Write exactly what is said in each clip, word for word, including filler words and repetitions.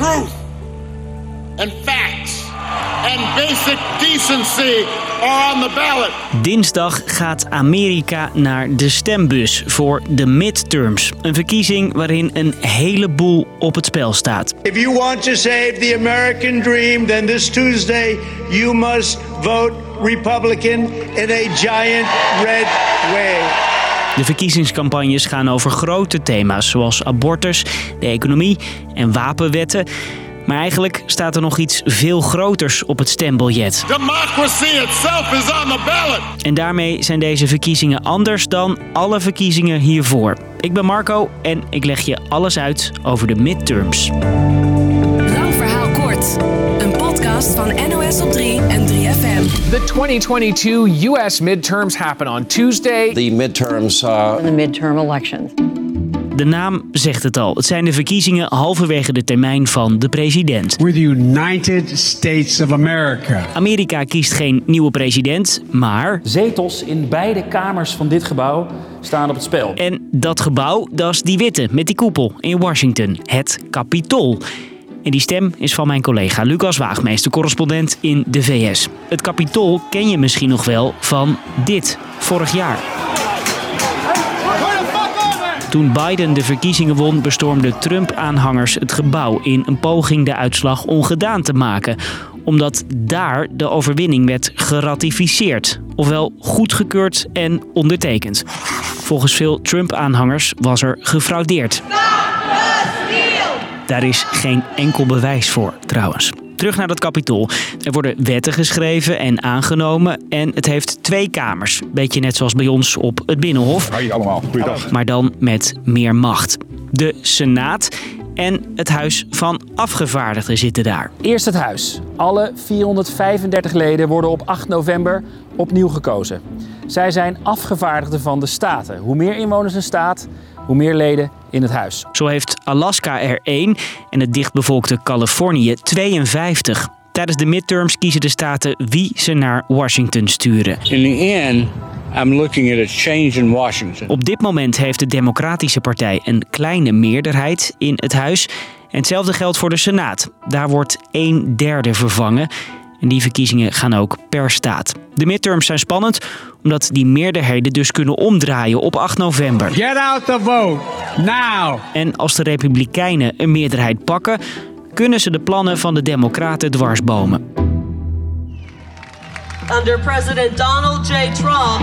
truth and facts and basic decency are on the ballot. Dinsdag gaat Amerika naar de stembus voor de midterms. Een verkiezing waarin een heleboel op het spel staat. If you want to save the American dream, then this Tuesday you must vote Republican in a giant red wave. De verkiezingscampagnes gaan over grote thema's zoals abortus, de economie en wapenwetten. Maar eigenlijk staat er nog iets veel groters op het stembiljet. Democracy itself is on the ballot. En daarmee zijn deze verkiezingen anders dan alle verkiezingen hiervoor. Ik ben Marco en ik leg je alles uit over de midterms. Lang verhaal kort. Een podcast van N O S op drie en drie F M. The twenty twenty-two U S midterms happen on Tuesday. The midterms uh... the midterm elections. De naam zegt het al. Het zijn de verkiezingen halverwege de termijn van de president. We're the United States of America. Amerika kiest geen nieuwe president, maar... zetels in beide kamers van dit gebouw staan op het spel. En dat gebouw, dat is die witte met die koepel in Washington. Het Capitool. En die stem is van mijn collega Lucas Waagmeester, correspondent in de V S. Het Capitool ken je misschien nog wel van dit, vorig jaar. Toen Biden de verkiezingen won, bestormden Trump-aanhangers het gebouw in een poging de uitslag ongedaan te maken. Omdat daar de overwinning werd geratificeerd. Ofwel goedgekeurd en ondertekend. Volgens veel Trump-aanhangers was er gefraudeerd. Daar is geen enkel bewijs voor, trouwens. Terug naar het Capitool. Er worden wetten geschreven en aangenomen en het heeft twee kamers. Beetje net zoals bij ons op het Binnenhof. Hoi allemaal, goeiedag. Maar dan met meer macht. De Senaat en het Huis van Afgevaardigden zitten daar. Eerst het huis. Alle vierhonderdvijfendertig leden worden op acht november opnieuw gekozen. Zij zijn afgevaardigden van de staten. Hoe meer inwoners een staat, hoe meer leden in het huis. Zo heeft Alaska er één en het dichtbevolkte Californië tweeënvijftig. Tijdens de midterms kiezen de staten wie ze naar Washington sturen. In the end, I'm looking at a change in Washington. Op dit moment heeft de Democratische Partij een kleine meerderheid in het huis. En hetzelfde geldt voor de Senaat. Daar wordt een derde vervangen. En die verkiezingen gaan ook per staat. De midterms zijn spannend, omdat die meerderheden dus kunnen omdraaien op acht november. Get out the vote, now! En als de Republikeinen een meerderheid pakken, kunnen ze de plannen van de Democraten dwarsbomen. Under President Donald J. Trump,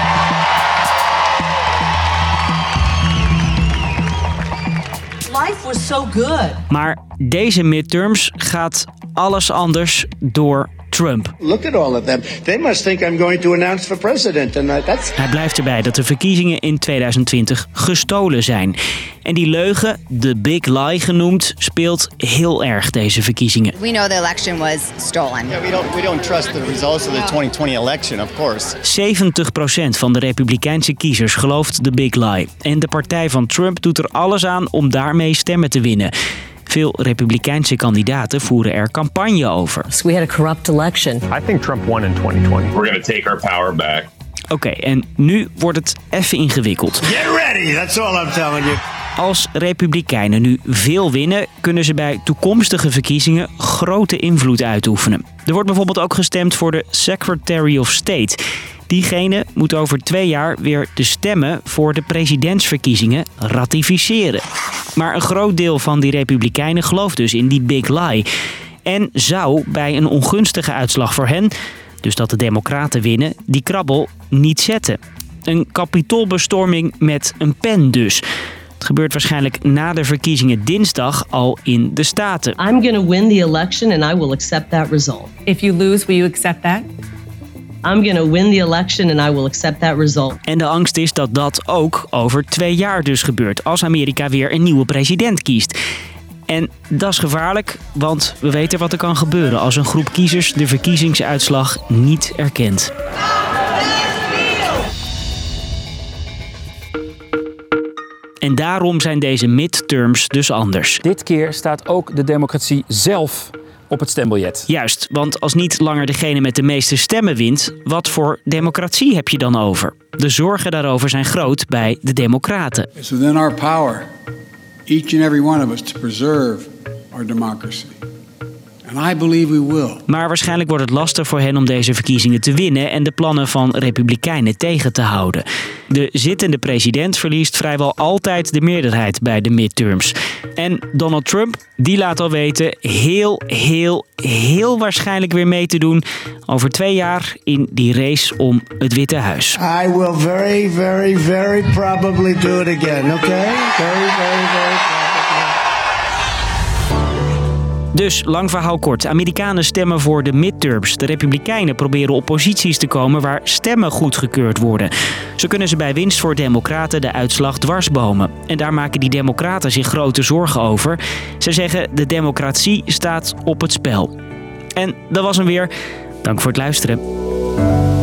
life was so good. Maar deze midterms gaat alles anders door Trump. Look at all of them. They must think I'm going to announce for president. And that's... Hij blijft erbij dat de verkiezingen in tweeduizend twintig gestolen zijn. En die leugen, de Big Lie genoemd, speelt heel erg deze verkiezingen. We know the election was stolen. Yeah, we don't we don't trust the results of the twenty twenty election, of course. zeventig procent van de Republikeinse kiezers gelooft de Big Lie. En de partij van Trump doet er alles aan om daarmee stemmen te winnen. Veel Republikeinse kandidaten voeren er campagne over. We had a corrupt election. I think Trump won in twenty twenty. We're going to take our power back. Oké, okay, en nu wordt het even ingewikkeld. Get ready, that's all I'm telling you. Als Republikeinen nu veel winnen, kunnen ze bij toekomstige verkiezingen grote invloed uitoefenen. Er wordt bijvoorbeeld ook gestemd voor de Secretary of State. Diegene moet over twee jaar weer de stemmen voor de presidentsverkiezingen ratificeren. Maar een groot deel van die Republikeinen gelooft dus in die Big Lie. En zou bij een ongunstige uitslag voor hen, dus dat de Democraten winnen, die krabbel niet zetten. Een kapitoolbestorming met een pen dus. Het gebeurt waarschijnlijk na de verkiezingen dinsdag al in de Staten. I'm going to win the election and I will accept that result. If you lose, will you accept that? I'm going to win the election and I will accept that result. En de angst is dat dat ook over twee jaar dus gebeurt, als Amerika weer een nieuwe president kiest. En dat is gevaarlijk, want we weten wat er kan gebeuren als een groep kiezers de verkiezingsuitslag niet erkent. En daarom zijn deze midterms dus anders. Dit keer staat ook de democratie zelf op het stembiljet. Juist, want als niet langer degene met de meeste stemmen wint, wat voor democratie heb je dan over? De zorgen daarover zijn groot bij de Democraten. It's within our power, each and every one of us, to preserve our democracy. And I believe we will. Maar waarschijnlijk wordt het lastig voor hen om deze verkiezingen te winnen en de plannen van Republikeinen tegen te houden. De zittende president verliest vrijwel altijd de meerderheid bij de midterms. En Donald Trump, die laat al weten heel, heel, heel waarschijnlijk weer mee te doen over twee jaar in die race om het Witte Huis. I will very, very, very probably do it again, okay? Very, very, very probably. Dus, lang verhaal kort. Amerikanen stemmen voor de midterms. De Republikeinen proberen op posities te komen waar stemmen goedgekeurd worden. Zo kunnen ze bij winst voor democraten de uitslag dwarsbomen. En daar maken die democraten zich grote zorgen over. Ze zeggen de democratie staat op het spel. En dat was hem weer. Dank voor het luisteren.